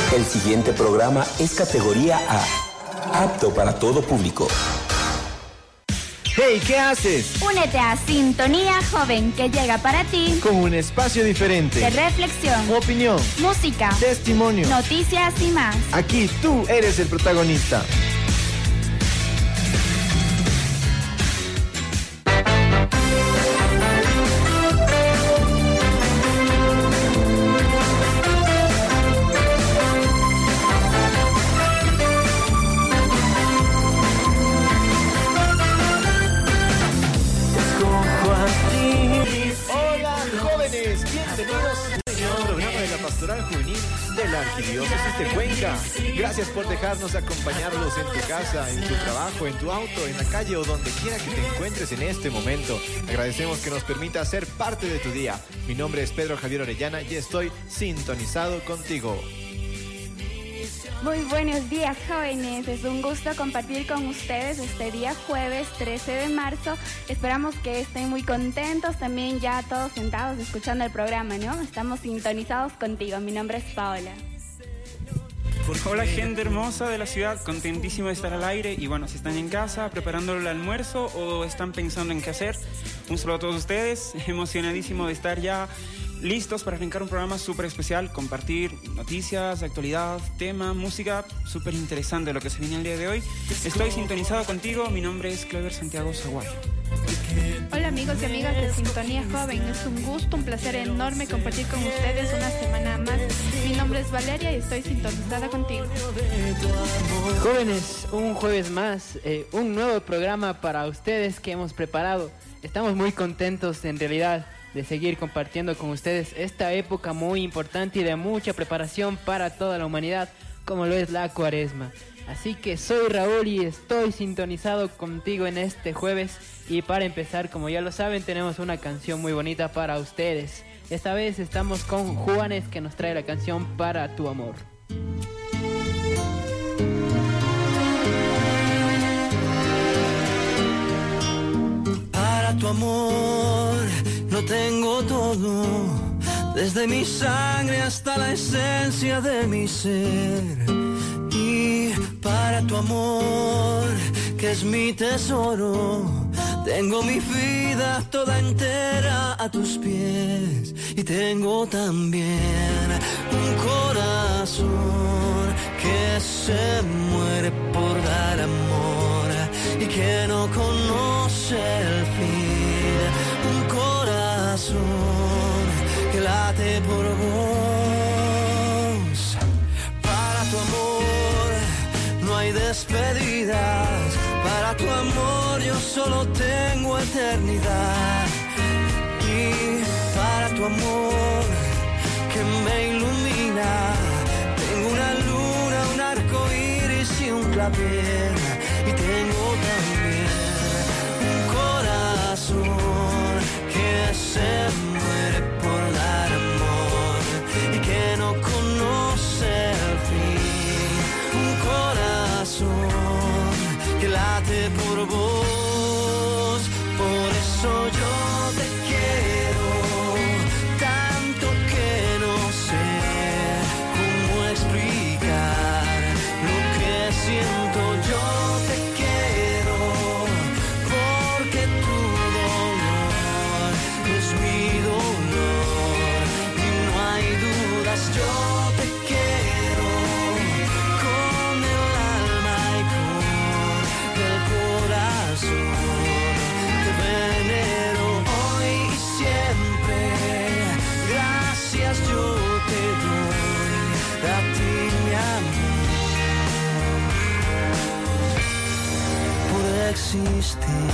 El siguiente programa es categoría A, apto para todo público. Hey, ¿qué haces? Únete a Sintonía Joven, que llega para ti con un espacio diferente de reflexión, opinión, música, testimonio, noticias y más. Aquí tú eres el protagonista. Arquidiócesis de Cuenca. Gracias por dejarnos acompañarlos en tu casa, en tu trabajo, en tu auto, en la calle o donde quiera que te encuentres en este momento. Agradecemos que nos permita ser parte de tu día. Mi nombre es Pedro Javier Orellana y estoy sintonizado contigo. Muy buenos días, jóvenes. Es un gusto compartir con ustedes este día jueves 13 de marzo. Esperamos que estén muy contentos, también ya todos sentados escuchando el programa, ¿no? Estamos sintonizados contigo. Mi nombre es Paola. Hola, gente hermosa de la ciudad, contentísimo de estar al aire. Y bueno, si están en casa preparando el almuerzo o están pensando en qué hacer, un saludo a todos ustedes, emocionadísimo de estar ya listos para arrancar un programa súper especial, compartir noticias, actualidad, tema, música, súper interesante lo que se viene el día de hoy. Estoy sintonizado contigo, mi nombre es Clever Santiago Zaguayo. Hola amigos y amigas de Sintonía Joven, es un gusto, un placer enorme compartir con ustedes una semana más. Mi nombre es Valeria y estoy sintonizada contigo. Jóvenes, un jueves más, un nuevo programa para ustedes que hemos preparado. Estamos muy contentos en realidad de seguir compartiendo con ustedes esta época muy importante y de mucha preparación para toda la humanidad, como lo es la Cuaresma. Así que soy Raúl y estoy sintonizado contigo en este jueves. Y para empezar, como ya lo saben, tenemos una canción muy bonita para ustedes. Esta vez estamos con Juanes, que nos trae la canción Para tu amor. Para tu amor lo tengo todo, desde mi sangre hasta la esencia de mi ser. Y para tu amor, que es mi tesoro, tengo mi vida toda entera a tus pies. Y tengo también un corazón que se muere por dar amor y que no conoce el fin. Un corazón que late por vos. Para tu amor no hay despedidas. Para tu amor yo solo tengo eternidad. Y para tu amor que me ilumina, tengo una luna, un arco iris y un clavel. Y tengo también un corazón que se muere por dar amor y que no conoce el fin. Un corazón que late por vos, por eso yo te quiero tanto que no sé cómo explicar lo que siento. Yo te quiero porque tu dolor es mi dolor y no hay dudas. Yo te quiero con el alma y con el corazón. Te venero hoy y siempre. Gracias yo te doy a ti, mi amor, por existir.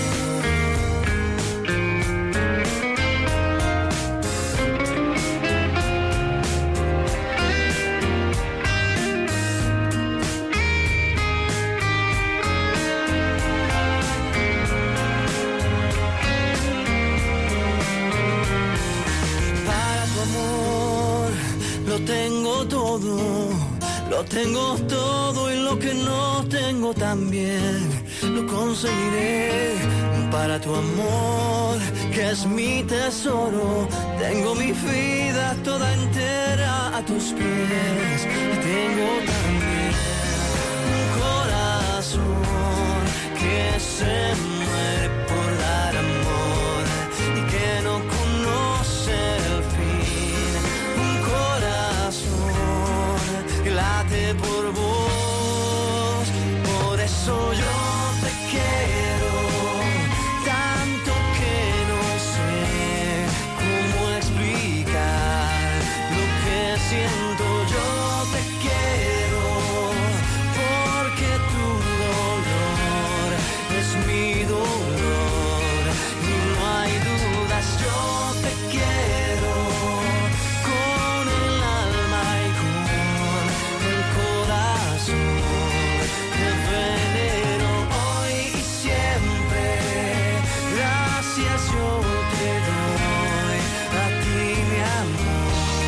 Lo tengo todo y lo que no tengo también lo conseguiré. Para tu amor, que es mi tesoro, tengo mi vida toda entera a tus pies. Y tengo también un corazón que se muere por dar amor y que no conoce el fin. Un corazón que late por vos. Por eso yo te quiero tanto que no sé cómo explicar lo que siento. Yo te quiero porque tu dolor es mi dolor y no hay dudas. Yo te quiero con el alma y con el corazón. Te venero hoy y siempre. Gracias yo te doy a ti, mi amor.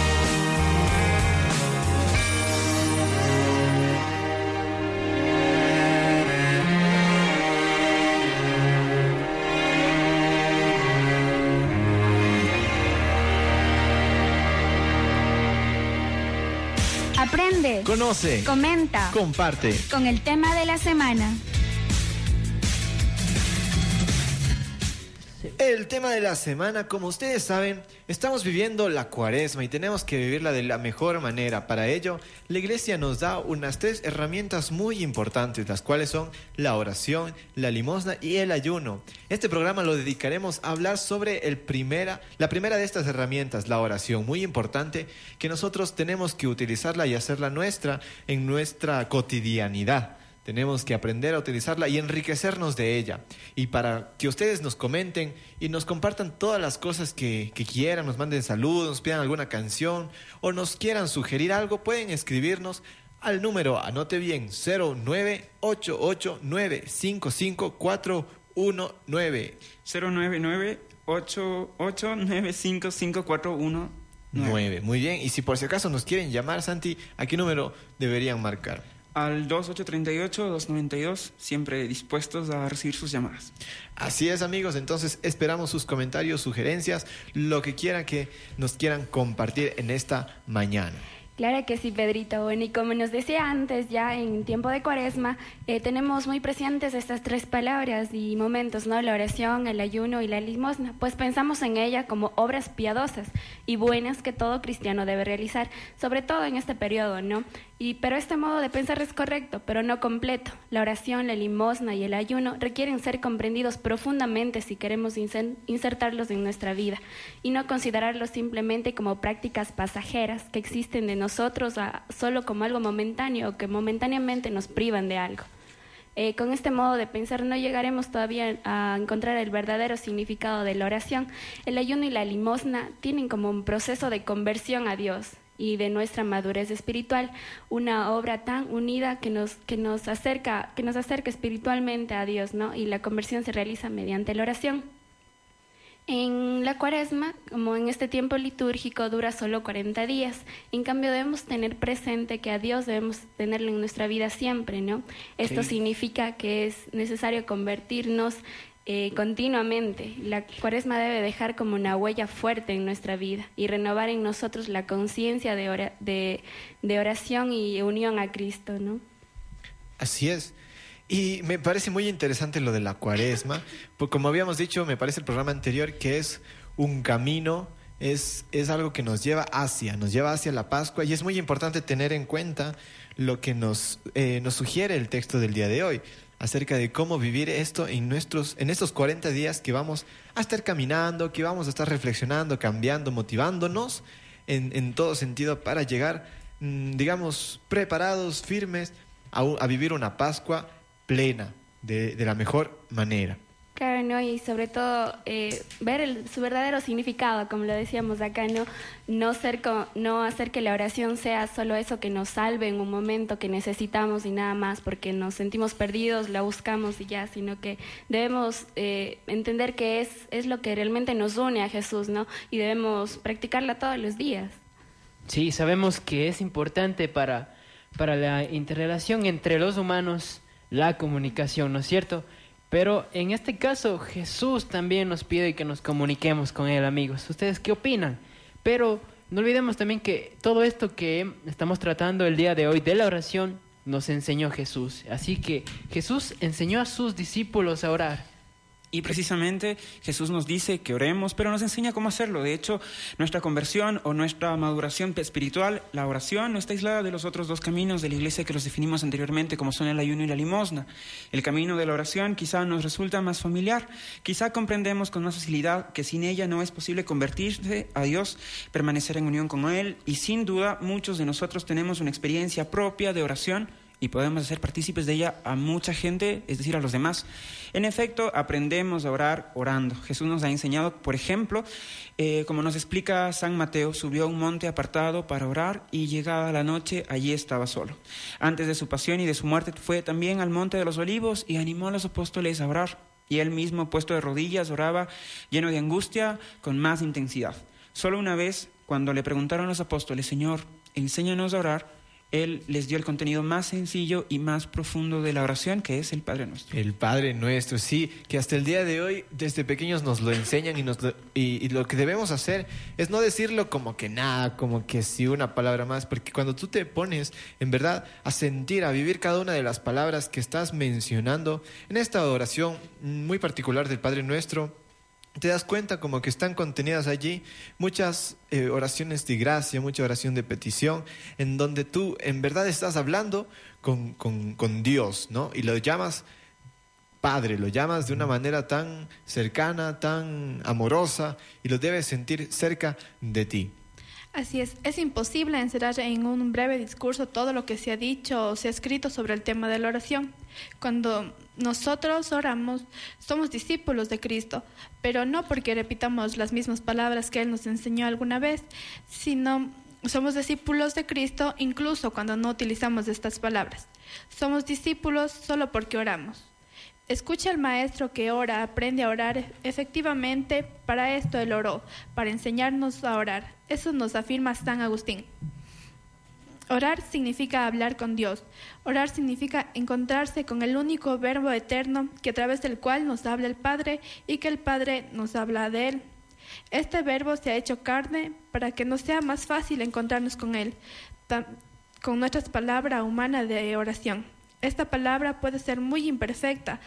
Aprende, Conoce, comenta comparte. con el tema de la semana. El tema de la semana, como ustedes saben, estamos viviendo la Cuaresma y tenemos que vivirla de la mejor manera. Para ello, la Iglesia nos da unas 3 herramientas muy importantes, las cuales son la oración, la limosna y el ayuno. Este programa lo dedicaremos a hablar sobre la primera de estas herramientas, la oración, muy importante, que nosotros tenemos que utilizarla y hacerla nuestra en nuestra cotidianidad. Tenemos que aprender a utilizarla y enriquecernos de ella. Y para que ustedes nos comenten y nos compartan todas las cosas que quieran, nos manden saludos, nos pidan alguna canción o nos quieran sugerir algo, pueden escribirnos al número, anote bien, 09889554419. 099-88955419. Muy bien, y si por si acaso nos quieren llamar, Santi, ¿a qué número deberían marcar? Al 2838-292, siempre dispuestos a recibir sus llamadas. Así es, amigos, entonces esperamos sus comentarios, sugerencias, lo que quieran que nos quieran compartir en esta mañana. Claro que sí, Pedrito. Bueno, y como nos decía antes, ya en tiempo de Cuaresma, tenemos muy presentes estas 3 palabras y momentos, ¿no? La oración, el ayuno y la limosna. Pues pensamos en ella como obras piadosas y buenas que todo cristiano debe realizar, sobre todo en este periodo, ¿no? Pero este modo de pensar es correcto, pero no completo. La oración, la limosna y el ayuno requieren ser comprendidos profundamente si queremos insertarlos en nuestra vida y no considerarlos simplemente como prácticas pasajeras que existen de nosotros solo como algo momentáneo o que momentáneamente nos privan de algo. Con este modo de pensar no llegaremos todavía a encontrar el verdadero significado de la oración. El ayuno y la limosna tienen como un proceso de conversión a Dios y de nuestra madurez espiritual, una obra tan unida que nos acerca espiritualmente a Dios, ¿no? Y la conversión se realiza mediante la oración. En la Cuaresma, como en este tiempo litúrgico, dura solo 40 días. En cambio, debemos tener presente que a Dios debemos tenerlo en nuestra vida siempre, ¿no? Esto significa que es necesario convertirnos continuamente. La Cuaresma debe dejar como una huella fuerte en nuestra vida y renovar en nosotros la conciencia de oración y unión a Cristo, ¿no? Así es. Y me parece muy interesante lo de la Cuaresma, porque como habíamos dicho, me parece el programa anterior, que es un camino, es algo que nos lleva hacia la Pascua, y es muy importante tener en cuenta lo que nos sugiere el texto del día de hoy, acerca de cómo vivir esto en estos 40 días que vamos a estar caminando, que vamos a estar reflexionando, cambiando, motivándonos en todo sentido para llegar, digamos, preparados, firmes a vivir una Pascua plena, de la mejor manera. Claro, ¿no? Y sobre todo ver su verdadero significado, como lo decíamos acá, no hacer que la oración sea solo eso que nos salve en un momento que necesitamos y nada más, porque nos sentimos perdidos, la buscamos y ya, sino que debemos entender que es lo que realmente nos une a Jesús, ¿no? Y debemos practicarla todos los días. Sí, sabemos que es importante para la interrelación entre los humanos, la comunicación, ¿no es cierto? Pero en este caso Jesús también nos pide que nos comuniquemos con Él, amigos. ¿Ustedes qué opinan? Pero No olvidemos también que todo esto que estamos tratando el día de hoy de la oración nos enseñó Jesús. Así que Jesús enseñó a sus discípulos a orar. Y precisamente Jesús nos dice que oremos, pero nos enseña cómo hacerlo. De hecho, nuestra conversión o nuestra maduración espiritual, la oración, no está aislada de los otros dos caminos de la iglesia que los definimos anteriormente, como son el ayuno y la limosna. El camino de la oración quizá nos resulta más familiar, quizá comprendemos con más facilidad que sin ella no es posible convertirse a Dios, permanecer en unión con Él, y sin duda muchos de nosotros tenemos una experiencia propia de oración y podemos hacer partícipes de ella a mucha gente, es decir, a los demás. En efecto, aprendemos a orar orando. Jesús nos ha enseñado, por ejemplo, como nos explica San Mateo, subió a un monte apartado para orar y llegada la noche, allí estaba solo. Antes de su pasión y de su muerte fue también al monte de los Olivos y animó a los apóstoles a orar. Y él mismo, puesto de rodillas, oraba lleno de angustia, con más intensidad. Solo una vez, cuando le preguntaron a los apóstoles, Señor, enséñanos a orar, Él les dio el contenido más sencillo y más profundo de la oración, que es el Padre Nuestro. El Padre Nuestro, sí, que hasta el día de hoy, desde pequeños nos lo enseñan y lo que debemos hacer es no decirlo como que nada, como que sí una palabra más, porque cuando tú te pones, en verdad, a sentir, a vivir cada una de las palabras que estás mencionando en esta oración muy particular del Padre Nuestro, te das cuenta como que están contenidas allí muchas oraciones de gracia, mucha oración de petición, en donde tú en verdad estás hablando con Dios, ¿no? Y lo llamas Padre, lo llamas de una manera tan cercana, tan amorosa, y lo debes sentir cerca de ti. Así es imposible encerrar en un breve discurso todo lo que se ha dicho o se ha escrito sobre el tema de la oración. Cuando nosotros oramos, somos discípulos de Cristo, pero no porque repitamos las mismas palabras que Él nos enseñó alguna vez, sino somos discípulos de Cristo incluso cuando no utilizamos estas palabras. Somos discípulos solo porque oramos. Escucha al maestro que ora, aprende a orar. Efectivamente, para esto Él oró, para enseñarnos a orar. Eso nos afirma San Agustín. Orar significa hablar con Dios. Orar significa encontrarse con el único verbo eterno que a través del cual nos habla el Padre y que el Padre nos habla de Él. Este verbo se ha hecho carne para que nos sea más fácil encontrarnos con Él, con nuestra palabra humana de oración. Esta palabra puede ser muy imperfecta,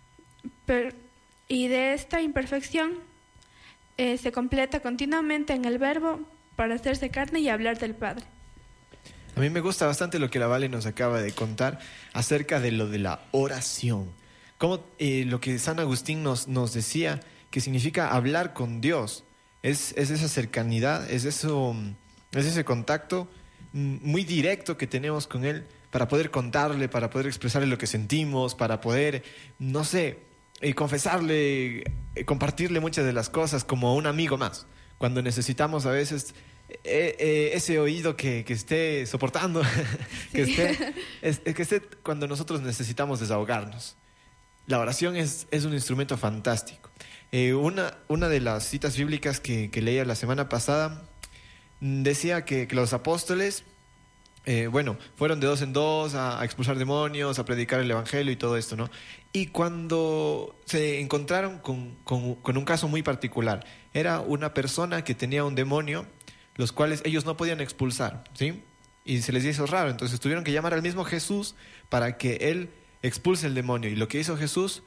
y de esta imperfección se completa continuamente en el verbo para hacerse carne y hablar del Padre. A mí me gusta bastante lo que la Vale nos acaba de contar acerca de lo de la oración. Como lo que San Agustín nos decía, que significa hablar con Dios. Es esa cercanidad, es ese contacto muy directo que tenemos con Él, para poder contarle, para poder expresarle lo que sentimos, para poder, no sé, confesarle, compartirle muchas de las cosas como a un amigo más. Cuando necesitamos a veces ese oído que esté soportando, que esté cuando nosotros necesitamos desahogarnos. La oración es un instrumento fantástico. Una de las citas bíblicas que leía la semana pasada decía que los apóstoles fueron de dos en dos a expulsar demonios, a predicar el evangelio y todo esto, ¿no? Y cuando se encontraron con un caso muy particular, era una persona que tenía un demonio, los cuales ellos no podían expulsar, ¿sí? Y se les hizo raro, entonces tuvieron que llamar al mismo Jesús para que Él expulse el demonio. Y lo que hizo Jesús,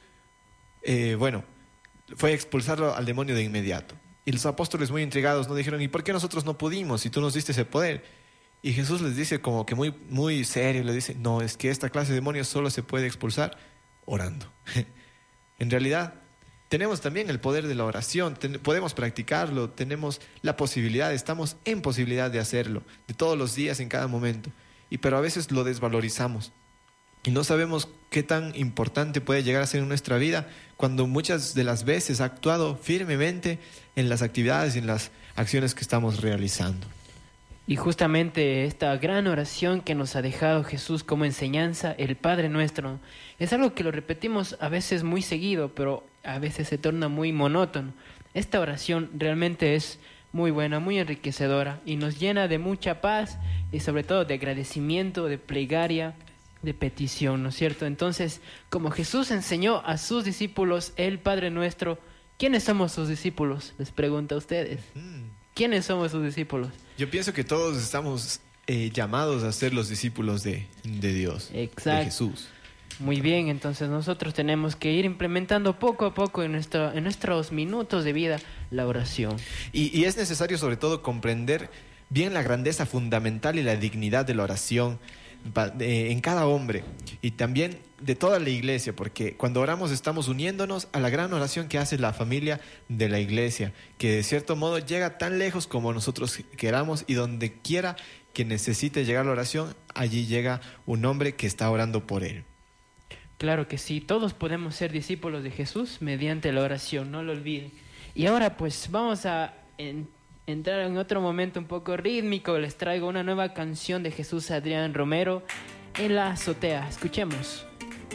fue expulsarlo al demonio de inmediato. Y los apóstoles, muy intrigados, no dijeron, ¿y por qué nosotros no pudimos si tú nos diste ese poder? Y Jesús les dice como que muy, muy serio, le dice, no, es que esta clase de demonios solo se puede expulsar orando. En realidad, tenemos también el poder de la oración, podemos practicarlo, tenemos la posibilidad, estamos en posibilidad de hacerlo, de todos los días, en cada momento. Pero a veces lo desvalorizamos y no sabemos qué tan importante puede llegar a ser en nuestra vida cuando muchas de las veces ha actuado firmemente en las actividades y en las acciones que estamos realizando. Y justamente esta gran oración que nos ha dejado Jesús como enseñanza, el Padre Nuestro, es algo que lo repetimos a veces muy seguido, pero a veces se torna muy monótono. Esta oración realmente es muy buena, muy enriquecedora y nos llena de mucha paz y sobre todo de agradecimiento, de plegaria, de petición, ¿no es cierto? Entonces, como Jesús enseñó a sus discípulos el Padre Nuestro, ¿quiénes somos sus discípulos? Les pregunto a ustedes. ¿Quiénes somos sus discípulos? Yo pienso que todos estamos llamados a ser los discípulos de Dios, Exacto. de Jesús. Muy bien, entonces nosotros tenemos que ir implementando poco a poco en nuestros minutos de vida la oración. Y es necesario sobre todo comprender bien la grandeza fundamental y la dignidad de la oración en cada hombre y también de toda la iglesia, porque cuando oramos estamos uniéndonos a la gran oración que hace la familia de la iglesia, que de cierto modo llega tan lejos como nosotros queramos, y donde quiera que necesite llegar la oración, allí llega un hombre que está orando por él. Claro que sí, todos podemos ser discípulos de Jesús mediante la oración, no lo olviden. Y ahora pues vamos a entrar en otro momento un poco rítmico. Les traigo una nueva canción de Jesús Adrián Romero, En la azotea. Escuchemos.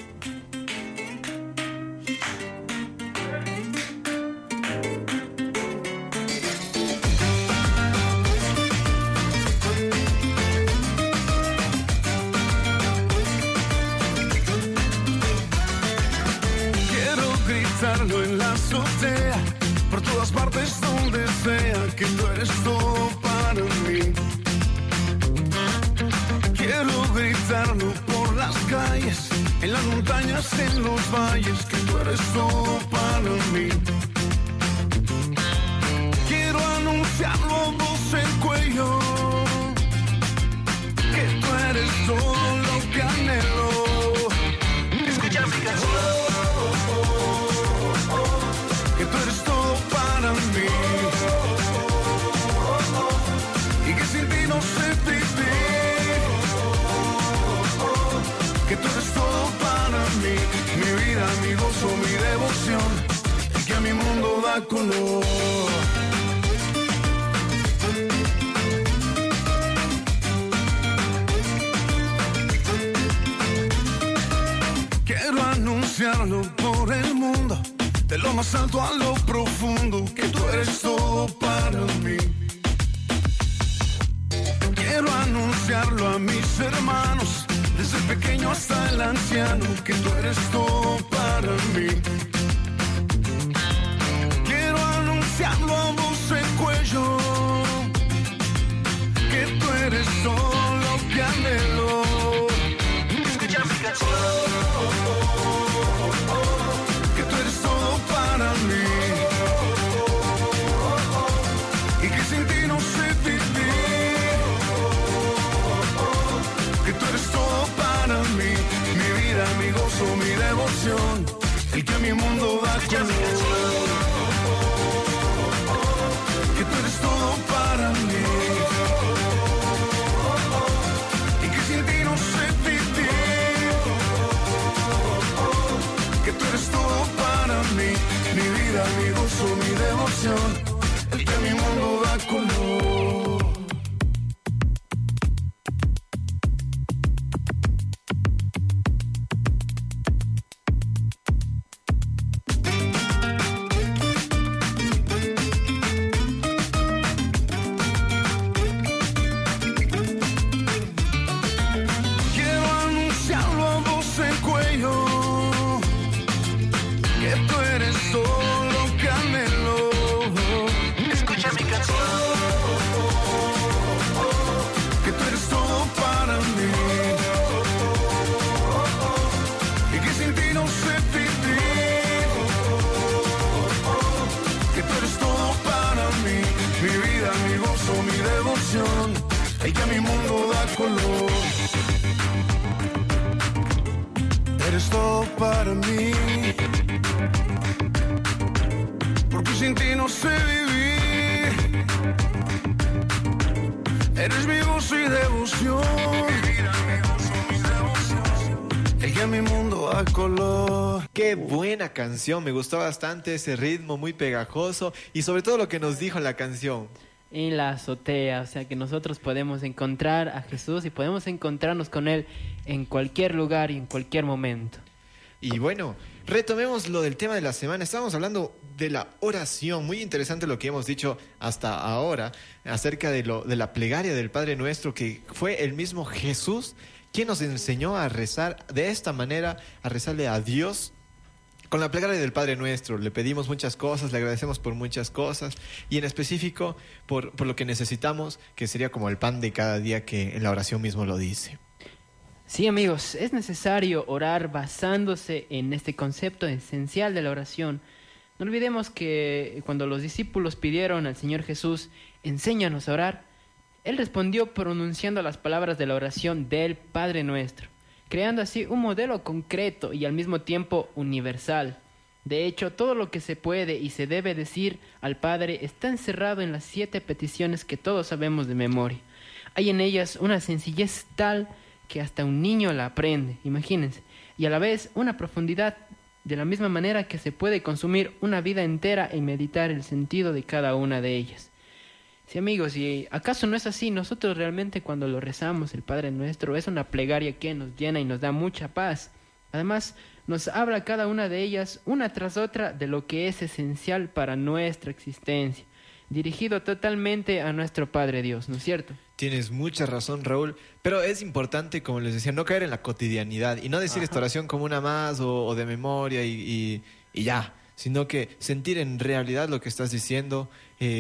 En la azotea, por todas partes donde sea, que tú eres todo para mí. Quiero gritarlo por las calles, en las montañas, en los valles, que tú eres todo para mí. Quiero anunciarlo a voz en cuello, que tú eres todo lo que anhelo. Escucha mi canción. Que tú eres todo para mí, y que sin ti no sé vivir. Que tú eres todo para mí, mi vida, mi gozo, mi devoción, y que a mi mundo da color. Quiero anunciarlo por el mundo, de lo más alto a lo profundo, que tú eres todo para mí. Quiero anunciarlo a mis hermanos, desde el pequeño hasta el anciano, que tú eres todo para mí. Quiero anunciarlo a voz en cuello, que tú eres todo lo que anhelo. Escucha mi canción. Para mí, y que sin ti no sé vivir. Que tú eres todo para mí, mi vida, mi gozo, mi devoción, el que a mi mundo da color. Que tú eres todo para mí, y que sin ti no sé vivir. Que tú eres todo para mí, mi vida, mi gozo, mi devoción, el que a mi mundo da color. Quiero anunciarlo a voz en cuello, que tú eres todo lo que anhelo. Escucha mi canción. Que tú eres todo para mí, y que sin ti no sé vivir. Que tú eres todo para mí, mi vida, mi gozo, mi devoción, el que a mi mundo da color. Eres todo para mí, porque sin ti no sé vivir. Eres mi gozo y devoción, el que a mi mundo da color. Qué buena canción, me gustó bastante ese ritmo muy pegajoso y sobre todo lo que nos dijo en la canción. En la azotea, o sea que nosotros podemos encontrar a Jesús y podemos encontrarnos con Él en cualquier lugar y en cualquier momento. Y bueno, retomemos lo del tema de la semana. Estábamos hablando de la oración. Muy interesante lo que hemos dicho hasta ahora acerca de la plegaria del Padre Nuestro, que fue el mismo Jesús quien nos enseñó a rezar de esta manera, a rezarle a Dios Con la plegaria del Padre Nuestro le pedimos muchas cosas, le agradecemos por muchas cosas y en específico por lo que necesitamos, que sería como el pan de cada día que en la oración mismo lo dice. Sí, amigos, es necesario orar basándose en este concepto esencial de la oración. No olvidemos que cuando los discípulos pidieron al Señor Jesús, enséñanos a orar, Él respondió pronunciando las palabras de la oración del Padre Nuestro, creando así un modelo concreto y al mismo tiempo universal. De hecho, todo lo que se puede y se debe decir al Padre está encerrado en las 7 peticiones que todos sabemos de memoria. Hay en ellas una sencillez tal que hasta un niño la aprende, imagínense, y a la vez una profundidad de la misma manera que se puede consumir una vida entera en meditar el sentido de cada una de ellas. Sí, amigos, ¿y acaso no es así? Nosotros realmente cuando lo rezamos, el Padre Nuestro, es una plegaria que nos llena y nos da mucha paz. Además, nos habla cada una de ellas, una tras otra, de lo que es esencial para nuestra existencia, dirigido totalmente a nuestro Padre Dios, ¿no es cierto? Tienes mucha razón, Raúl, pero es importante, como les decía, no caer en la cotidianidad y no decir esta oración como una más o de memoria y ya, sino que sentir en realidad lo que estás diciendo,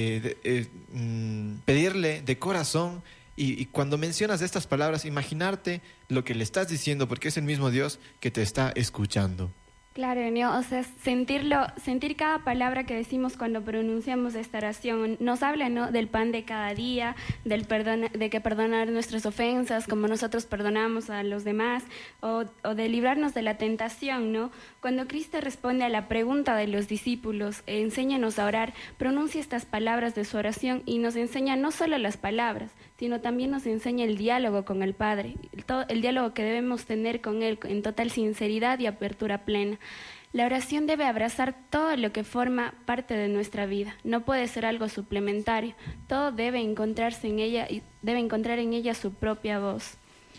pedirle de corazón y cuando mencionas estas palabras, imaginarte lo que le estás diciendo porque es el mismo Dios que te está escuchando. Claro, ¿no? O sea, sentir cada palabra que decimos cuando pronunciamos esta oración. Nos habla, ¿no?, del pan de cada día, del perdón, de que perdonar nuestras ofensas como nosotros perdonamos a los demás, o de librarnos de la tentación, ¿no? Cuando Cristo responde a la pregunta de los discípulos, enséñanos a orar, pronuncia estas palabras de su oración y nos enseña no solo las palabras, sino también nos enseña el diálogo con el Padre, el diálogo que debemos tener con Él en total sinceridad y apertura plena. La oración debe abrazar todo lo que forma parte de nuestra vida, no puede ser algo suplementario, todo debe encontrarse en ella y debe encontrar en ella su propia voz.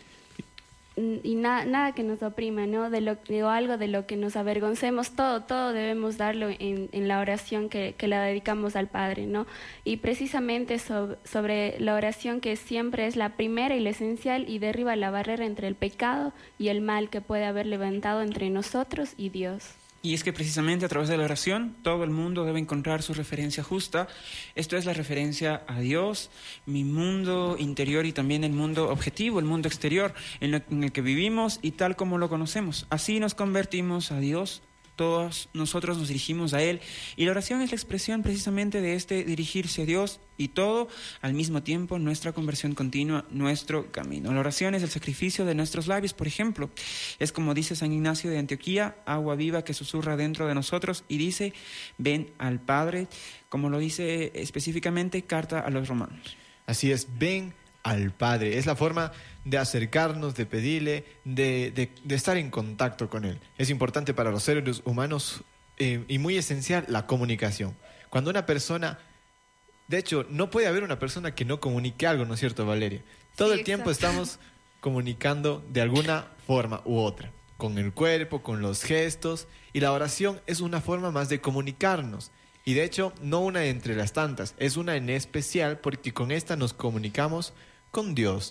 Y nada que nos oprima, ¿no? O algo de lo que nos avergoncemos, todo debemos darlo en la oración que la dedicamos al Padre, ¿no? Y precisamente sobre la oración que siempre es la primera y la esencial y derriba la barrera entre el pecado y el mal que puede haber levantado entre nosotros y Dios. Y es que precisamente a través de la oración todo el mundo debe encontrar su referencia justa. Esto es la referencia a Dios, mi mundo interior y también el mundo objetivo, el mundo exterior en el que vivimos y tal como lo conocemos. Así nos convertimos a Dios. Todos nosotros nos dirigimos a Él y la oración es la expresión precisamente de este dirigirse a Dios y todo al mismo tiempo nuestra conversión continua, nuestro camino. La oración es el sacrificio de nuestros labios, por ejemplo. Es como dice San Ignacio de Antioquía, agua viva que susurra dentro de nosotros y dice, ven al Padre, como lo dice específicamente Carta a los Romanos. Así es, ven al Padre. Es la forma de acercarnos, de pedirle, de estar en contacto con Él. Es importante para los seres humanos y muy esencial la comunicación. Cuando una persona, de hecho, no puede haber una persona que no comunique algo, ¿no es cierto, Valeria? Todo el tiempo estamos comunicando de alguna forma u otra, con el cuerpo, con los gestos, y la oración es una forma más de comunicarnos. Y de hecho, no una entre las tantas, es una en especial porque con esta nos comunicamos con Dios.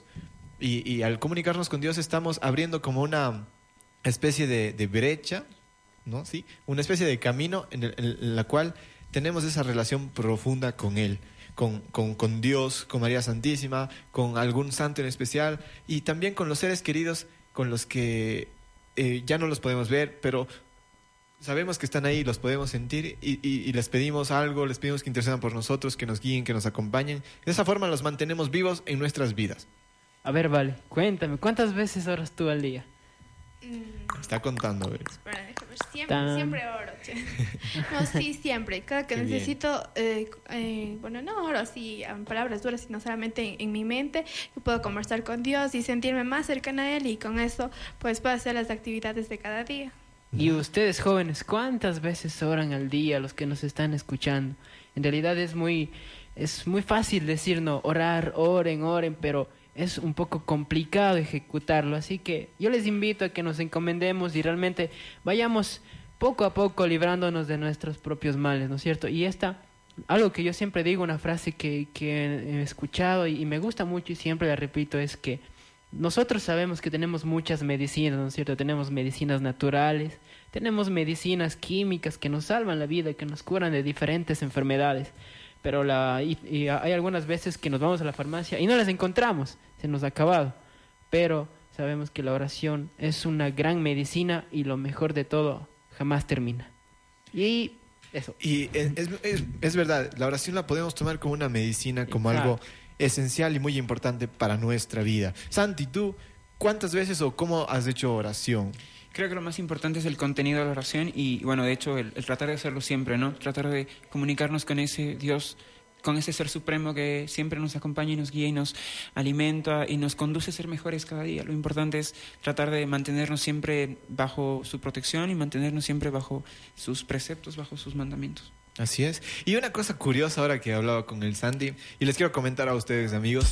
Y al comunicarnos con Dios estamos abriendo como una especie de brecha, ¿no? ¿Sí? Una especie de camino en la cual tenemos esa relación profunda con Él, con Dios, con María Santísima, con algún santo en especial y también con los seres queridos con los que ya no los podemos ver, pero sabemos que están ahí, los podemos sentir y les pedimos algo, les pedimos que intercedan por nosotros, que nos guíen, que nos acompañen. De esa forma los mantenemos vivos en nuestras vidas. A ver, Vale, cuéntame, ¿cuántas veces oras tú al día? Está contando, ¿ves? Espera, déjame ver. Siempre oro, che. No, sí, siempre. Cada que Qué necesito, bueno, no oro así en palabras duras, sino solamente en mi mente, que puedo conversar con Dios y sentirme más cercana a Él y con eso pues puedo hacer las actividades de cada día. Y ustedes jóvenes, ¿cuántas veces oran al día los que nos están escuchando? En realidad es muy fácil decir, no, orar, oren, pero es un poco complicado ejecutarlo. Así que yo les invito a que nos encomendemos y realmente vayamos poco a poco librándonos de nuestros propios males, ¿no es cierto? Y algo que yo siempre digo, una frase que he escuchado y me gusta mucho y siempre la repito, es que nosotros sabemos que tenemos muchas medicinas, ¿no es cierto? Tenemos medicinas naturales, tenemos medicinas químicas que nos salvan la vida, que nos curan de diferentes enfermedades. Pero hay algunas veces que nos vamos a la farmacia y no las encontramos, se nos ha acabado. Pero sabemos que la oración es una gran medicina y lo mejor de todo, jamás termina. Y eso. Y es verdad, la oración la podemos tomar como una medicina, como algo esencial y muy importante para nuestra vida. Santi, ¿tú cuántas veces o cómo has hecho oración? Creo que lo más importante es el contenido de la oración y, bueno, de hecho, el tratar de hacerlo siempre, ¿no? Tratar de comunicarnos con ese Dios, con ese Ser Supremo que siempre nos acompaña y nos guía y nos alimenta y nos conduce a ser mejores cada día. Lo importante es tratar de mantenernos siempre bajo su protección y mantenernos siempre bajo sus preceptos, bajo sus mandamientos. Así es. Y una cosa curiosa ahora que hablaba con el Santi, y les quiero comentar a ustedes, amigos,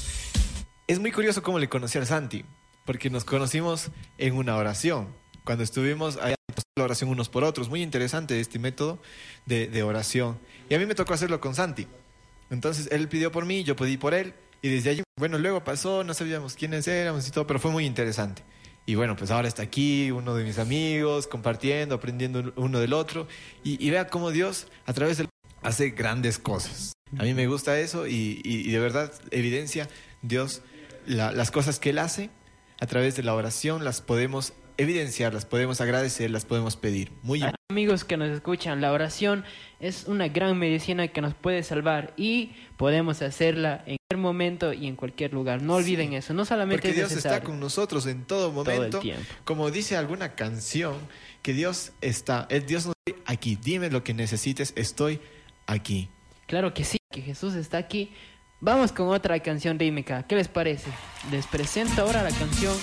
es muy curioso cómo le conocí al Santi, porque nos conocimos en una oración. Cuando estuvimos allá, la oración unos por otros, muy interesante este método de oración. Y a mí me tocó hacerlo con Santi. Entonces él pidió por mí, yo pedí por él, y desde allí, bueno, luego pasó, no sabíamos quiénes éramos y todo, pero fue muy interesante. Y bueno, pues ahora está aquí uno de mis amigos, compartiendo, aprendiendo uno del otro, y vea cómo Dios a través del hace grandes cosas. A mí me gusta eso y de verdad evidencia Dios las cosas que Él hace a través de la oración, las podemos evidenciar, las podemos agradecer, las podemos pedir. Muy bien. Amigos que nos escuchan, la oración es una gran medicina que nos puede salvar y podemos hacerla en cualquier momento y en cualquier lugar. No olviden eso, no solamente porque es Dios está con nosotros en todo momento, todo el tiempo. Como dice alguna canción, que Dios está, Dios no está aquí, dime lo que necesites, estoy aquí. Claro que sí, que Jesús está aquí. Vamos con otra canción rítmica, ¿qué les parece? Les presento ahora la canción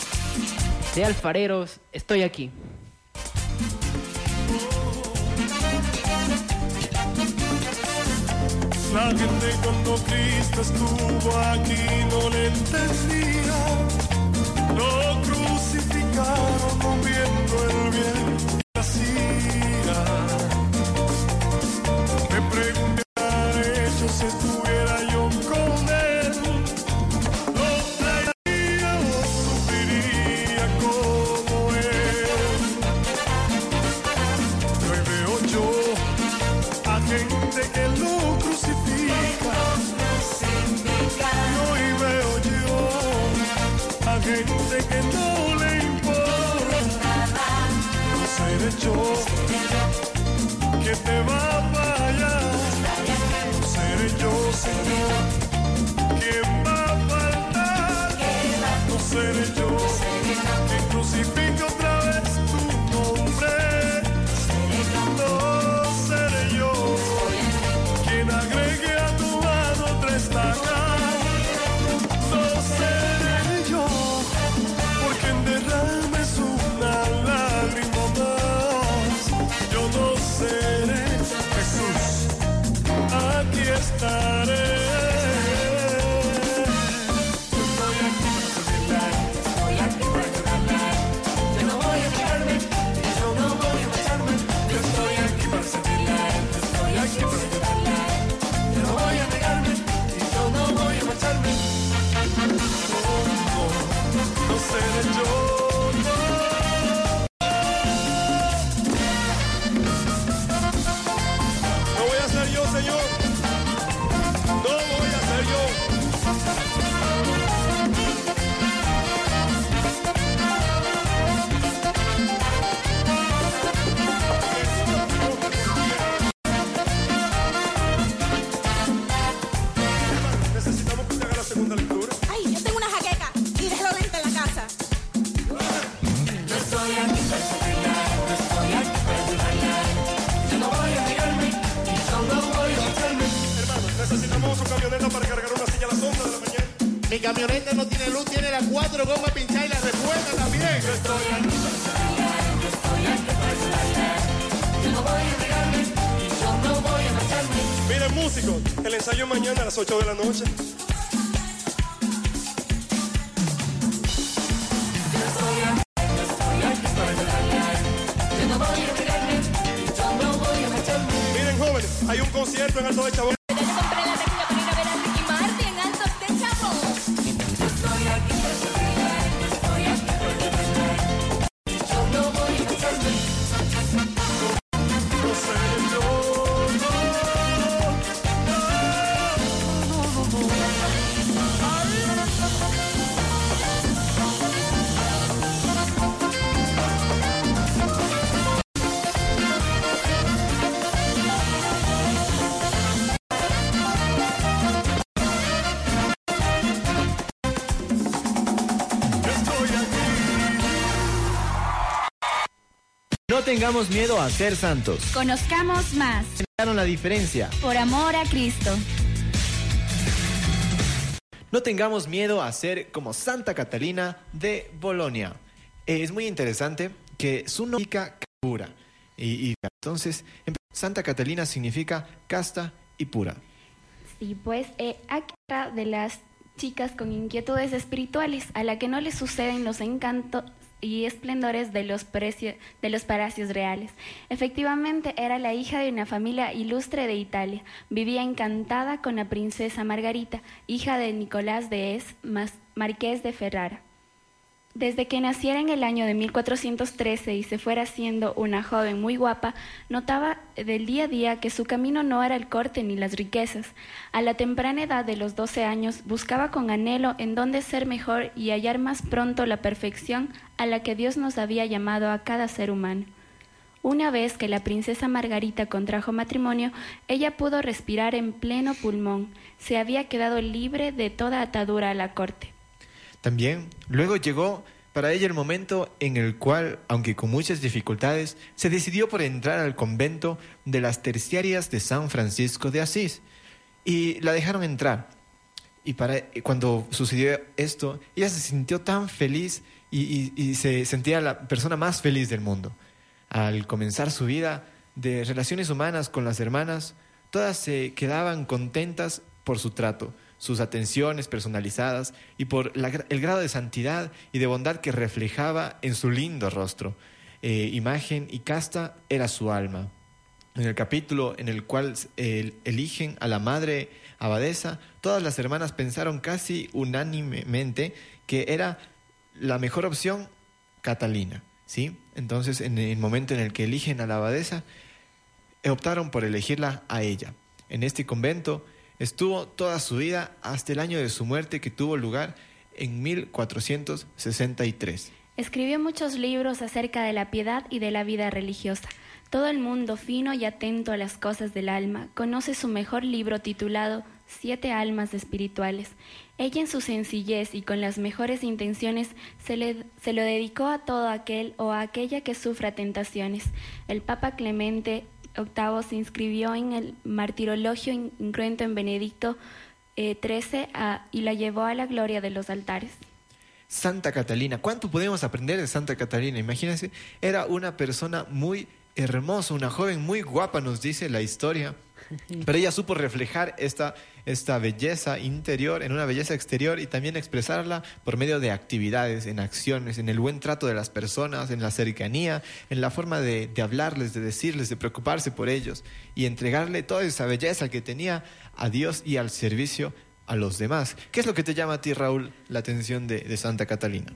de Alfareros, Estoy aquí. La gente cuando Cristo estuvo aquí no le entendía. Lo crucificaron no viendo el bien que hacía. Me pregunté a ellos si estuviera yo con él. Lo traería o sufriría como él. Hoy veo yo a gente que lo crucifica. Y hoy veo yo a gente que no le importa. No seré yo que te va a fallar. No seré yo, Señor, quien va a faltar. No seré yo que crucifique otra vez tu nombre. No seré yo quien agregue a tu lado otra estaca. No seré yo por quien derrames una lágrima más. Yo no seré Jesús, aquí estaré. Estoy aquí para servirle, yo no voy a negarme, yo no voy a marcharme. Yo estoy aquí para servirle, estoy aquí para ayudarle. Yo no voy a negarme y yo no voy a marcharme. No seré yo. No voy a ser yo, Señor. No voy a ser yo. Necesitamos que usted haga la segunda lectura. Ay, yo tengo una jaqueca y déjalo dentro en la casa. Yo estoy aquí para servirle, yo estoy aquí para ayudarle. Yo no voy a negarme y yo no voy a marcharme. Hermano, necesitamos su camioneta para cargar una silla a las 11 de la mañana. Mi camioneta no tiene luz, tiene las 4 gomas pinchadas y la repuesta también. Yo estoy aquí para servirle, yo estoy aquí para ayudarle. Yo no voy a negarme y yo no voy a marcharme. Miren, músicos, el ensayo mañana a las 8 de la noche. Miren, jóvenes, hay un concierto en Alto de Chabón. Ya yo compré la taquilla para ir a ver a Ricky Martin en Altos de Chabón. Yo estoy aquí para servirle, yo No tengamos miedo a ser santos. Conozcamos más. Marcaron la diferencia. Por amor a Cristo. No tengamos miedo a ser como Santa Catalina de Bolonia. Es muy interesante que su nombre significa pura. Y entonces, Santa Catalina significa casta y pura. Sí, pues aquí otra de las chicas con inquietudes espirituales a la que no le suceden los encantos y esplendores de los palacios reales. Efectivamente, era la hija de una familia ilustre de Italia. Vivía encantada con la princesa Margarita, hija de Nicolás de Es, marqués de Ferrara. Desde que naciera en el año de 1413 y se fuera siendo una joven muy guapa, notaba del día a día que su camino no era el corte ni las riquezas. A la temprana edad de los 12 años buscaba con anhelo en dónde ser mejor y hallar más pronto la perfección a la que Dios nos había llamado a cada ser humano. Una vez que la princesa Margarita contrajo matrimonio, ella pudo respirar en pleno pulmón. Se había quedado libre de toda atadura a la corte. También, luego llegó para ella el momento en el cual, aunque con muchas dificultades, se decidió por entrar al convento de las terciarias de San Francisco de Asís. Y la dejaron entrar. Y cuando sucedió esto, ella se sintió tan feliz y se sentía la persona más feliz del mundo. Al comenzar su vida de relaciones humanas con las hermanas, todas se quedaban contentas por su trato, sus atenciones personalizadas y por el grado de santidad y de bondad que reflejaba en su lindo rostro. Imagen y casta era su alma. En el capítulo en el cual eligen a la madre abadesa, todas las hermanas pensaron casi unánimemente que era la mejor opción Catalina, ¿sí? Entonces, en el momento en el que eligen a la abadesa, optaron por elegirla a ella. En este convento estuvo toda su vida hasta el año de su muerte, que tuvo lugar en 1463. Escribió muchos libros acerca de la piedad y de la vida religiosa. Todo el mundo, fino y atento a las cosas del alma, conoce su mejor libro titulado 7 almas espirituales. Ella, en su sencillez y con las mejores intenciones, se lo dedicó a todo aquel o a aquella que sufra tentaciones. El Papa Clemente VIII se inscribió en el martirologio incruento en Benedicto XIII y la llevó a la gloria de los altares. Santa Catalina, ¿cuánto podemos aprender de Santa Catalina? Imagínense, era una persona muy hermosa, una joven muy guapa, nos dice la historia, pero ella supo reflejar esta belleza interior en una belleza exterior y también expresarla por medio de actividades, en acciones, en el buen trato de las personas, en la cercanía, en la forma de hablarles, de decirles, de preocuparse por ellos y entregarle toda esa belleza que tenía a Dios y al servicio a los demás. ¿Qué es lo que te llama a ti, Raúl, la atención de Santa Catalina?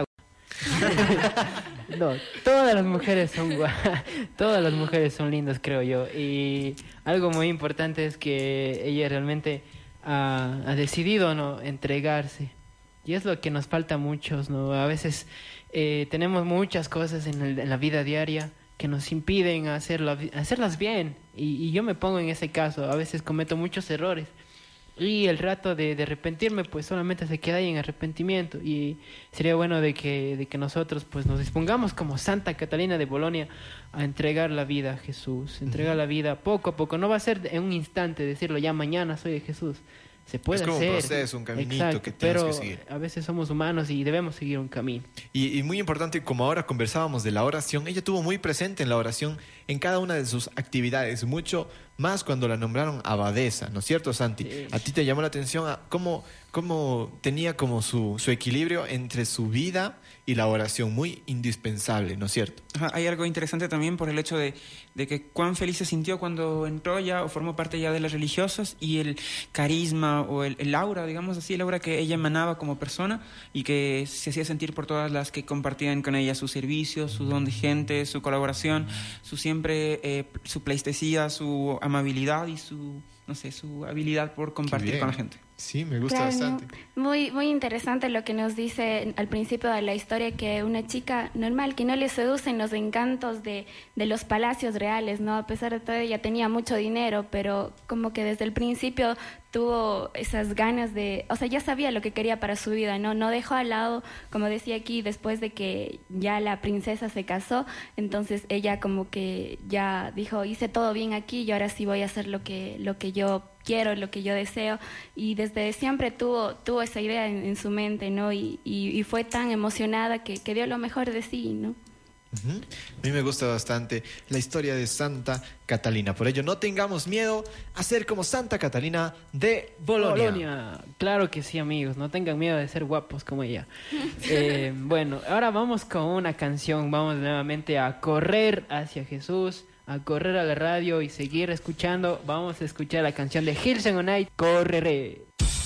No, todas las mujeres son lindas, creo yo. Y algo muy importante es que ella realmente ha decidido, ¿no?, entregarse. Y es lo que nos falta a muchos, ¿no? A veces tenemos muchas cosas en la vida diaria que nos impiden hacerlas bien. Y yo me pongo en ese caso. A veces cometo muchos errores. Y el rato de arrepentirme, pues solamente se queda ahí en arrepentimiento. Y sería bueno de que nosotros pues nos dispongamos como Santa Catalina de Bolonia a entregar la vida a Jesús. Entregar la vida poco a poco. No va a ser en un instante decirlo, ya mañana soy de Jesús. Se puede hacer. Es como un proceso, un caminito. Exacto, que tienes pero que seguir. A veces somos humanos y debemos seguir un camino. Y muy importante, como ahora conversábamos de la oración, ella estuvo muy presente en la oración en cada una de sus actividades, mucho más cuando la nombraron abadesa, ¿no es cierto, Santi? Sí. A ti te llamó la atención a cómo tenía como su equilibrio entre su vida y la oración, muy indispensable, ¿no es cierto? Ajá, hay algo interesante también por el hecho de que cuán feliz se sintió cuando entró ya o formó parte ya de las religiosas, y el carisma o el aura, digamos así, el aura que ella emanaba como persona y que se hacía sentir por todas las que compartían con ella su servicio, su don de gente, su colaboración, su pleistesía, su amabilidad y su habilidad por compartir con la gente. Sí, me gusta Claro, bastante. muy, muy interesante lo que nos dice al principio de la historia, que una chica normal, que no le seducen los encantos de los palacios reales, ¿no? A pesar de todo, ella tenía mucho dinero, pero como que desde el principio tuvo esas ganas de, o sea, ya sabía lo que quería para su vida, ¿no? No dejó al lado, como decía aquí, después de que ya la princesa se casó, entonces ella como que ya dijo, hice todo bien aquí y ahora sí voy a hacer lo que yo quiero, lo que yo deseo, y desde siempre tuvo esa idea en su mente, ¿no? Y fue tan emocionada que dio lo mejor de sí, ¿no? Uh-huh. A mí me gusta bastante la historia de Santa Catalina. Por ello, no tengamos miedo a ser como Santa Catalina de Bolonia. Claro que sí, amigos. No tengan miedo de ser guapos como ella. Bueno, ahora vamos con una canción. Vamos nuevamente a correr hacia Jesús, a correr a la radio y seguir escuchando. Vamos a escuchar la canción de Hills and Night, Correré.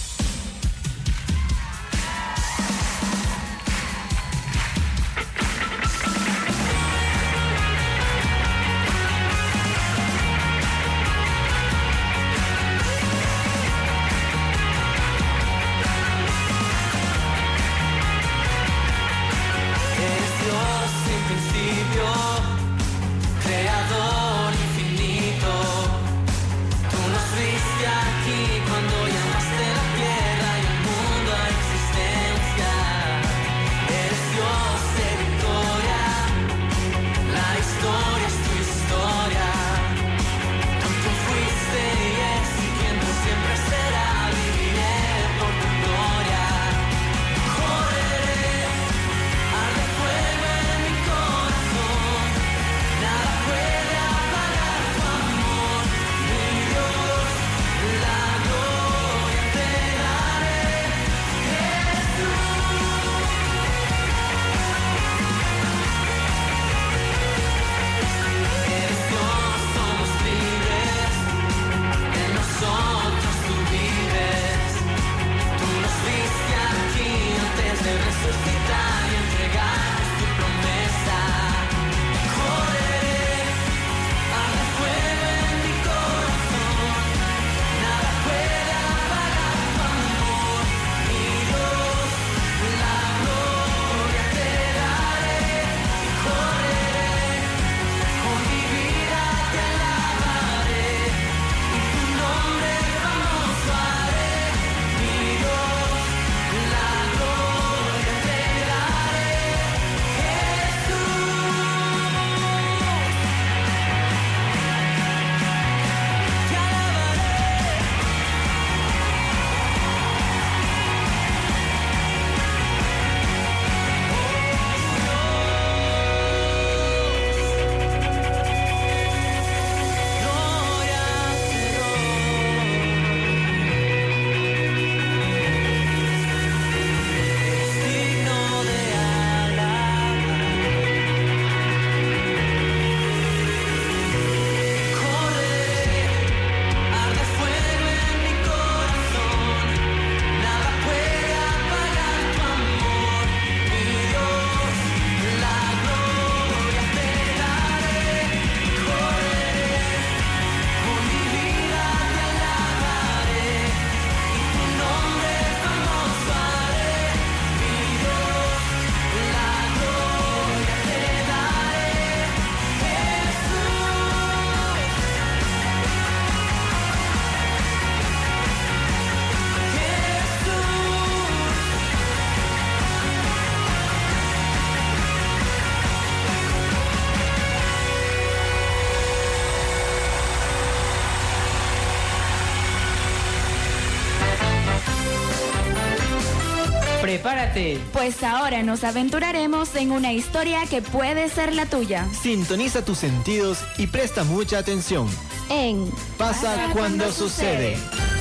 Prepárate. Pues ahora nos aventuraremos en una historia que puede ser la tuya. Sintoniza tus sentidos y presta mucha atención. En Pasa cuando sucede.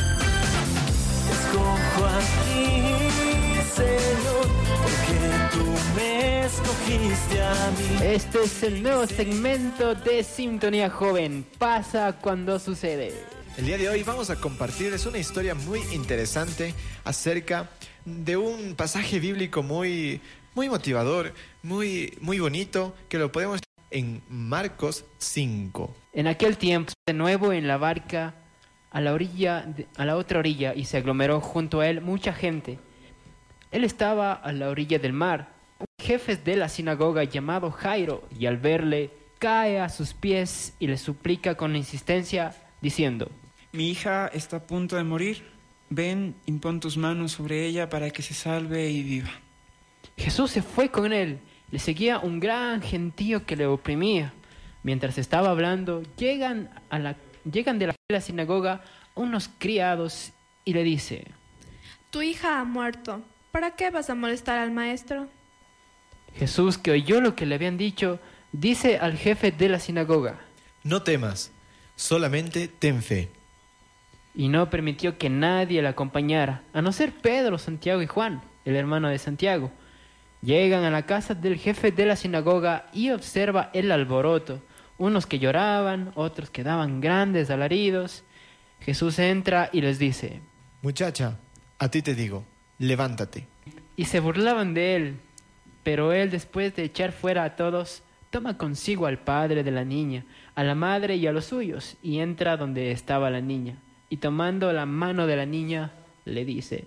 Escojo a ti, Señor, porque tú me escogiste a mí. Este es el nuevo segmento de Sintonía Joven. Pasa cuando sucede. El día de hoy vamos a compartirles una historia muy interesante acerca de un pasaje bíblico muy motivador, muy bonito, que lo podemos en Marcos 5. En aquel tiempo, de nuevo en la barca, a la otra orilla y se aglomeró junto a él mucha gente. Él estaba a la orilla del mar. Un jefe de la sinagoga llamado Jairo, y al verle, cae a sus pies y le suplica con insistencia, diciendo: Mi hija está a punto de morir. Ven, impón tus manos sobre ella para que se salve y viva. Jesús se fue con él. Le seguía un gran gentío que le oprimía. Mientras estaba hablando, llegan de la sinagoga unos criados y le dice: Tu hija ha muerto. ¿Para qué vas a molestar al maestro? Jesús, que oyó lo que le habían dicho, dice al jefe de la sinagoga: No temas, solamente ten fe. Y no permitió que nadie la acompañara, a no ser Pedro, Santiago y Juan, el hermano de Santiago. Llegan a la casa del jefe de la sinagoga y observa el alboroto, unos que lloraban, otros que daban grandes alaridos. Jesús entra y les dice: Muchacha, a ti te digo, levántate. Y se burlaban de él, pero él, después de echar fuera a todos, toma consigo al padre de la niña, a la madre y a los suyos, y entra donde estaba la niña. Y tomando la mano de la niña, le dice: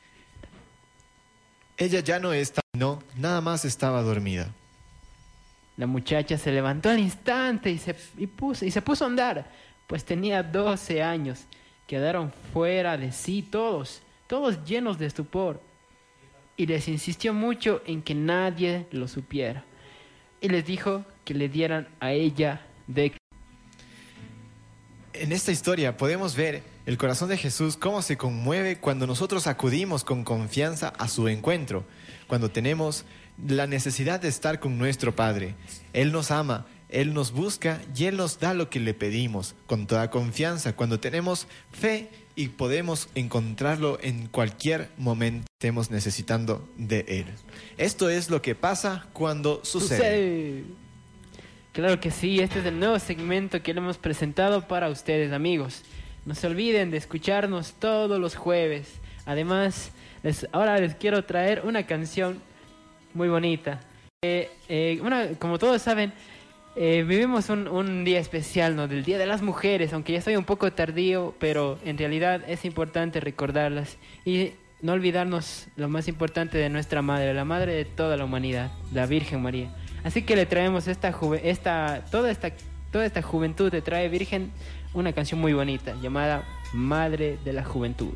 Ella ya no está, no, nada más estaba dormida. La muchacha se levantó al instante y se puso a andar, pues tenía 12 años. Quedaron fuera de sí todos llenos de estupor. Y les insistió mucho en que nadie lo supiera. Y les dijo que le dieran a ella de... En esta historia podemos ver el corazón de Jesús cómo se conmueve cuando nosotros acudimos con confianza a su encuentro, cuando tenemos la necesidad de estar con nuestro Padre. Él nos ama, Él nos busca y Él nos da lo que le pedimos con toda confianza, cuando tenemos fe y podemos encontrarlo en cualquier momento que estemos necesitando de Él. Esto es lo que pasa cuando sucede. Claro que sí, este es el nuevo segmento que le hemos presentado para ustedes, amigos. No se olviden de escucharnos todos los jueves. Además, ahora les quiero traer una canción muy bonita. Como todos saben, vivimos un día especial, ¿no? Del Día de las Mujeres, aunque ya estoy un poco tardío, pero en realidad es importante recordarlas y no olvidarnos lo más importante de nuestra madre, la madre de toda la humanidad, la Virgen María. Así que le traemos toda esta juventud te trae Virgen una canción muy bonita llamada Madre de la Juventud.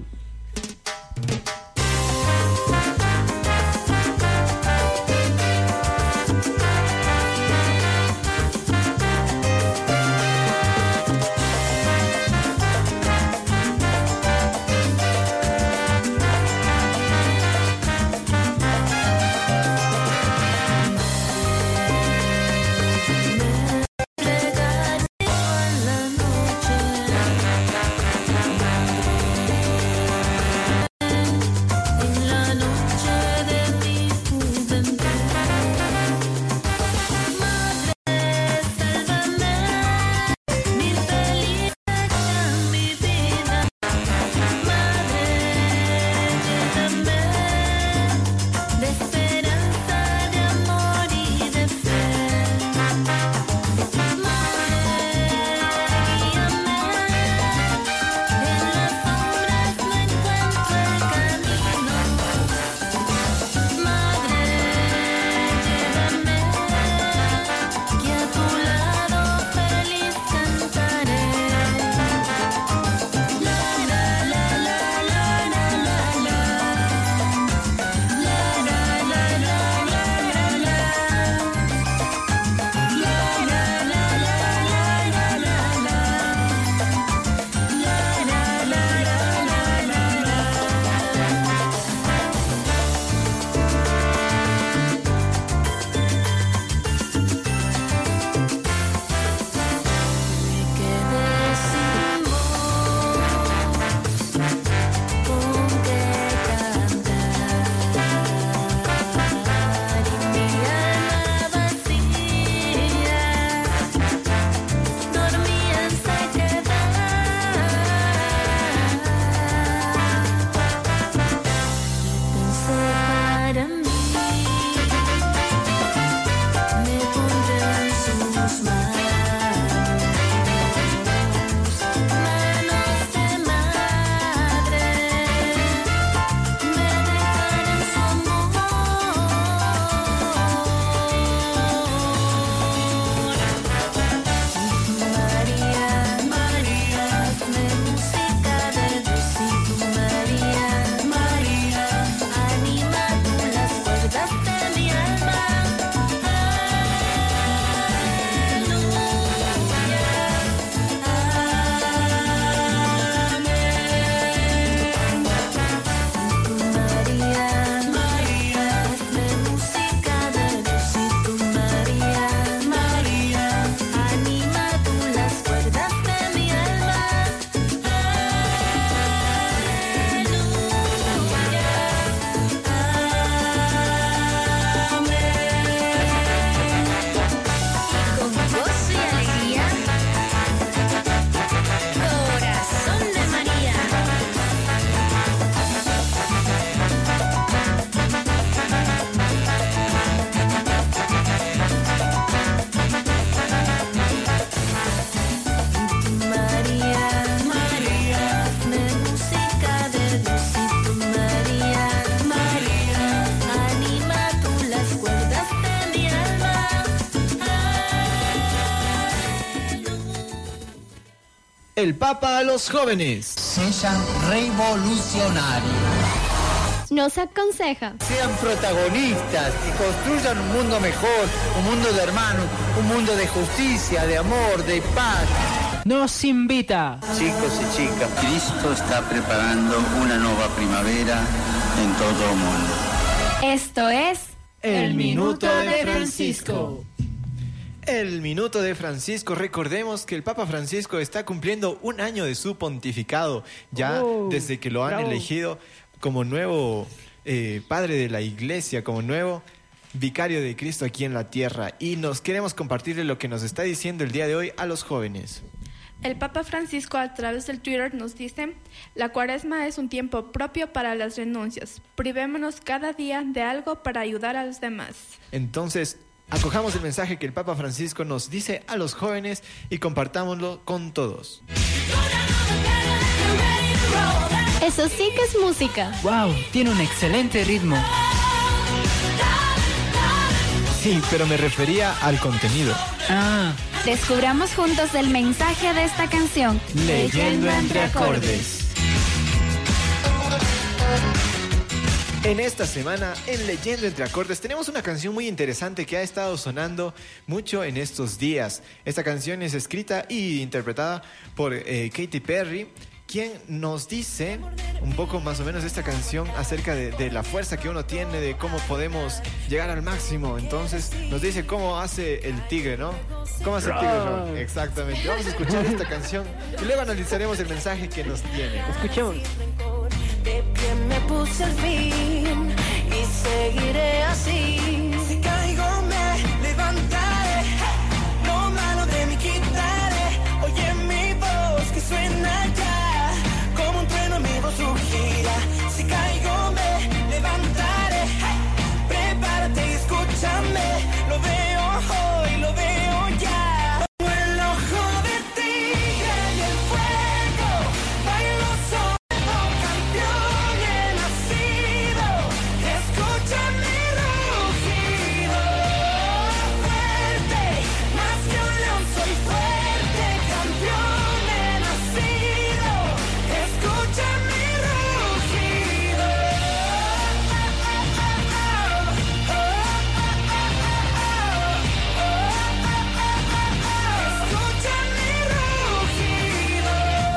El Papa a los jóvenes. Sean revolucionarios. Nos aconseja. Sean protagonistas y construyan un mundo mejor, un mundo de hermanos, un mundo de justicia, de amor, de paz. Nos invita. Chicos y chicas, Cristo está preparando una nueva primavera en todo el mundo. Esto es El Minuto de Francisco. El Minuto de Francisco. Recordemos que el Papa Francisco está cumpliendo un año de su pontificado, ya desde que lo han elegido como nuevo padre de la Iglesia, como nuevo vicario de Cristo aquí en la tierra. Y nos queremos compartirle lo que nos está diciendo el día de hoy a los jóvenes. El Papa Francisco a través del Twitter nos dice: la Cuaresma es un tiempo propio para las renuncias. Privémonos cada día de algo para ayudar a los demás. Entonces, acojamos el mensaje que el Papa Francisco nos dice a los jóvenes y compartámoslo con todos. Eso sí que es música. ¡Wow! Tiene un excelente ritmo. Sí, pero me refería al contenido. Descubramos juntos el mensaje de esta canción. Leyendo entre acordes. En esta semana, en Leyendo entre acordes, tenemos una canción muy interesante que ha estado sonando mucho en estos días. Esta canción es escrita y interpretada por Katy Perry, quien nos dice un poco más o menos de esta canción acerca de la fuerza que uno tiene, de cómo podemos llegar al máximo. Entonces nos dice cómo hace el tigre, ¿no? ¿Cómo hace el tigre, Ron? Exactamente. Vamos a escuchar esta canción y luego analizaremos el mensaje que nos tiene. Escuchemos. De pie me puse al fin y seguiré así. Si caigo me levantaré, lo malo de mí quitaré. Oye mi voz que suena ya, como un trueno mi voz rugirá. Si caigo me levantaré, prepárate y escúchame. Lo veo hoy, lo veo ya. Como el ojo de tigre y el fuego, bailo solo, campeón he nacido. Escucha mi rugido, fuerte, más que un león soy fuerte, campeón he nacido. Escucha mi rugido. Escucha mi rugido.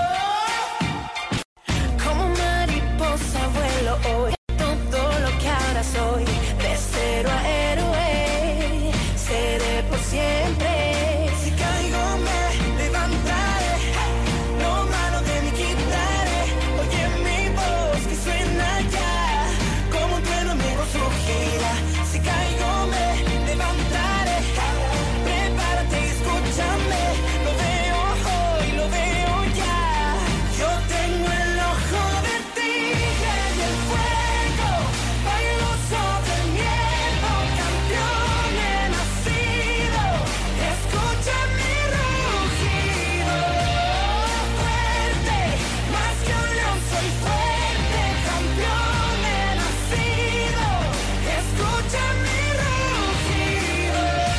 Como mariposa vuelo hoy, todo lo que ahora soy, de cero a héroe, seré por siempre. Si caigo me levantaré, lo malo de mí quitaré. Oye mi voz que suena ya, como un trueno mi voz rugirá. Si caigo me levantaré, prepárate y escúchame. Lo veo hoy, lo veo ya. Yo tengo el ojo de tigre y el fuego, bailo sobre el miedo, campeón he nacido. Escucha mi rugido, fuerte, más que un león soy fuerte, campeón he nacido. Escucha mi rugido.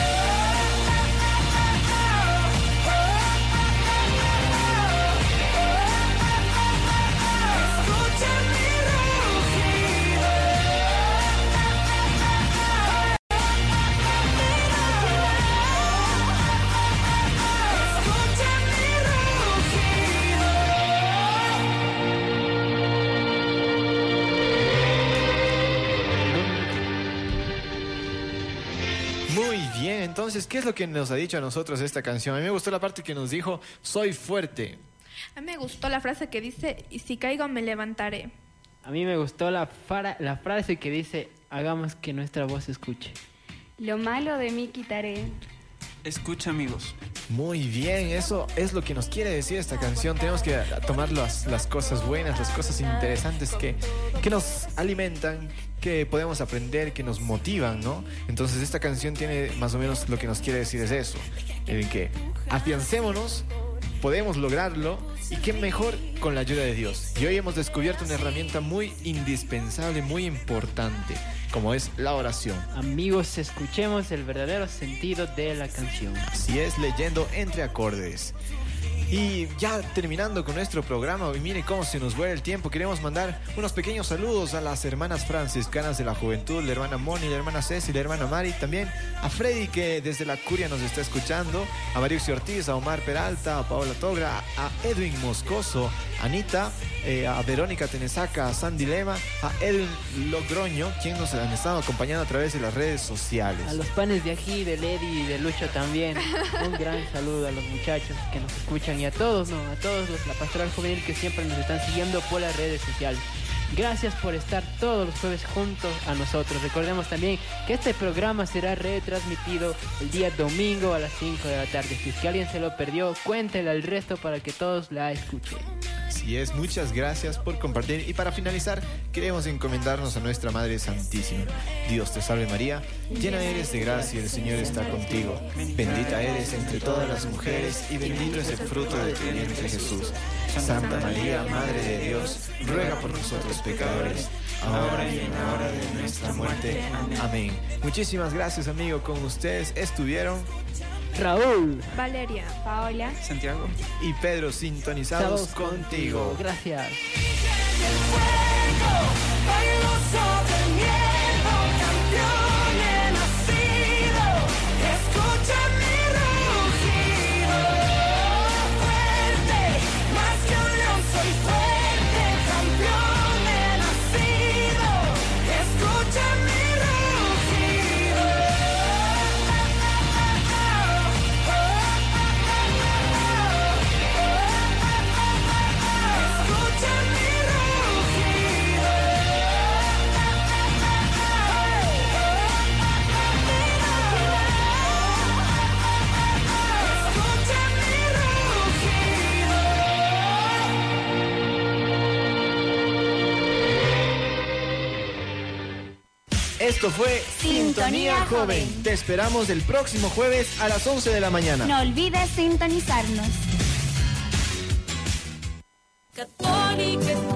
Escucha mi rugido. Escucha mi rugido. Muy bien, entonces, ¿qué es lo que nos ha dicho a nosotros esta canción? A mí me gustó la parte que nos dijo, soy fuerte. A mí me gustó la frase que dice: y si caigo me levantaré. A mí me gustó la frase que dice: hagamos que nuestra voz se escuche. Lo malo de mí quitaré. Escucha, amigos. Muy bien, eso es lo que nos quiere decir esta canción. Tenemos que tomar las cosas buenas, las cosas interesantes que nos alimentan, que podemos aprender, que nos motivan, ¿no? Entonces esta canción tiene más o menos lo que nos quiere decir es eso, en que afiancémonos, podemos lograrlo, y qué mejor con la ayuda de Dios. Y hoy hemos descubierto una herramienta muy indispensable, muy importante, como es la oración. Amigos, escuchemos el verdadero sentido de la canción. Así es, leyendo entre acordes. Y ya terminando con nuestro programa, y mire cómo se nos vuelve el tiempo, queremos mandar unos pequeños saludos a las hermanas franciscanas de la juventud, la hermana Moni, la hermana Ceci, la hermana Mari, también a Freddy que desde la Curia nos está escuchando, a Mariuxi Ortiz, a Omar Peralta, a Paola Togra, a Edwin Moscoso, a Anita, a Verónica Tenesaca, a Sandy Lema, a Edwin Logroño, quien nos han estado acompañando a través de las redes sociales. A los panes de ají, de Lady y de Lucho también. Un gran saludo a los muchachos que nos escuchan y a todos, la pastoral juvenil que siempre nos están siguiendo por las redes sociales. Gracias por estar todos los jueves juntos a nosotros. Recordemos también que este programa será retransmitido el día domingo a las 5 de la tarde. Si es que alguien se lo perdió, cuéntele al resto para que todos la escuchen. Así es, muchas gracias por compartir. Y para finalizar, queremos encomendarnos a nuestra Madre Santísima. Dios te salve María, llena eres de gracia, el Señor está contigo. Bendita eres entre todas las mujeres y bendito es el fruto de tu vientre Jesús. Santa María, Madre de Dios, ruega por nosotros pecadores, ahora y en la hora de nuestra muerte. Amén. Muchísimas gracias, amigo. Con ustedes estuvieron Raúl, Valeria, Paola, Santiago y Pedro, sintonizados contigo. Gracias. Esto fue Sintonía Joven. Te esperamos el próximo jueves a las 11 de la mañana. No olvides sintonizarnos. Católica.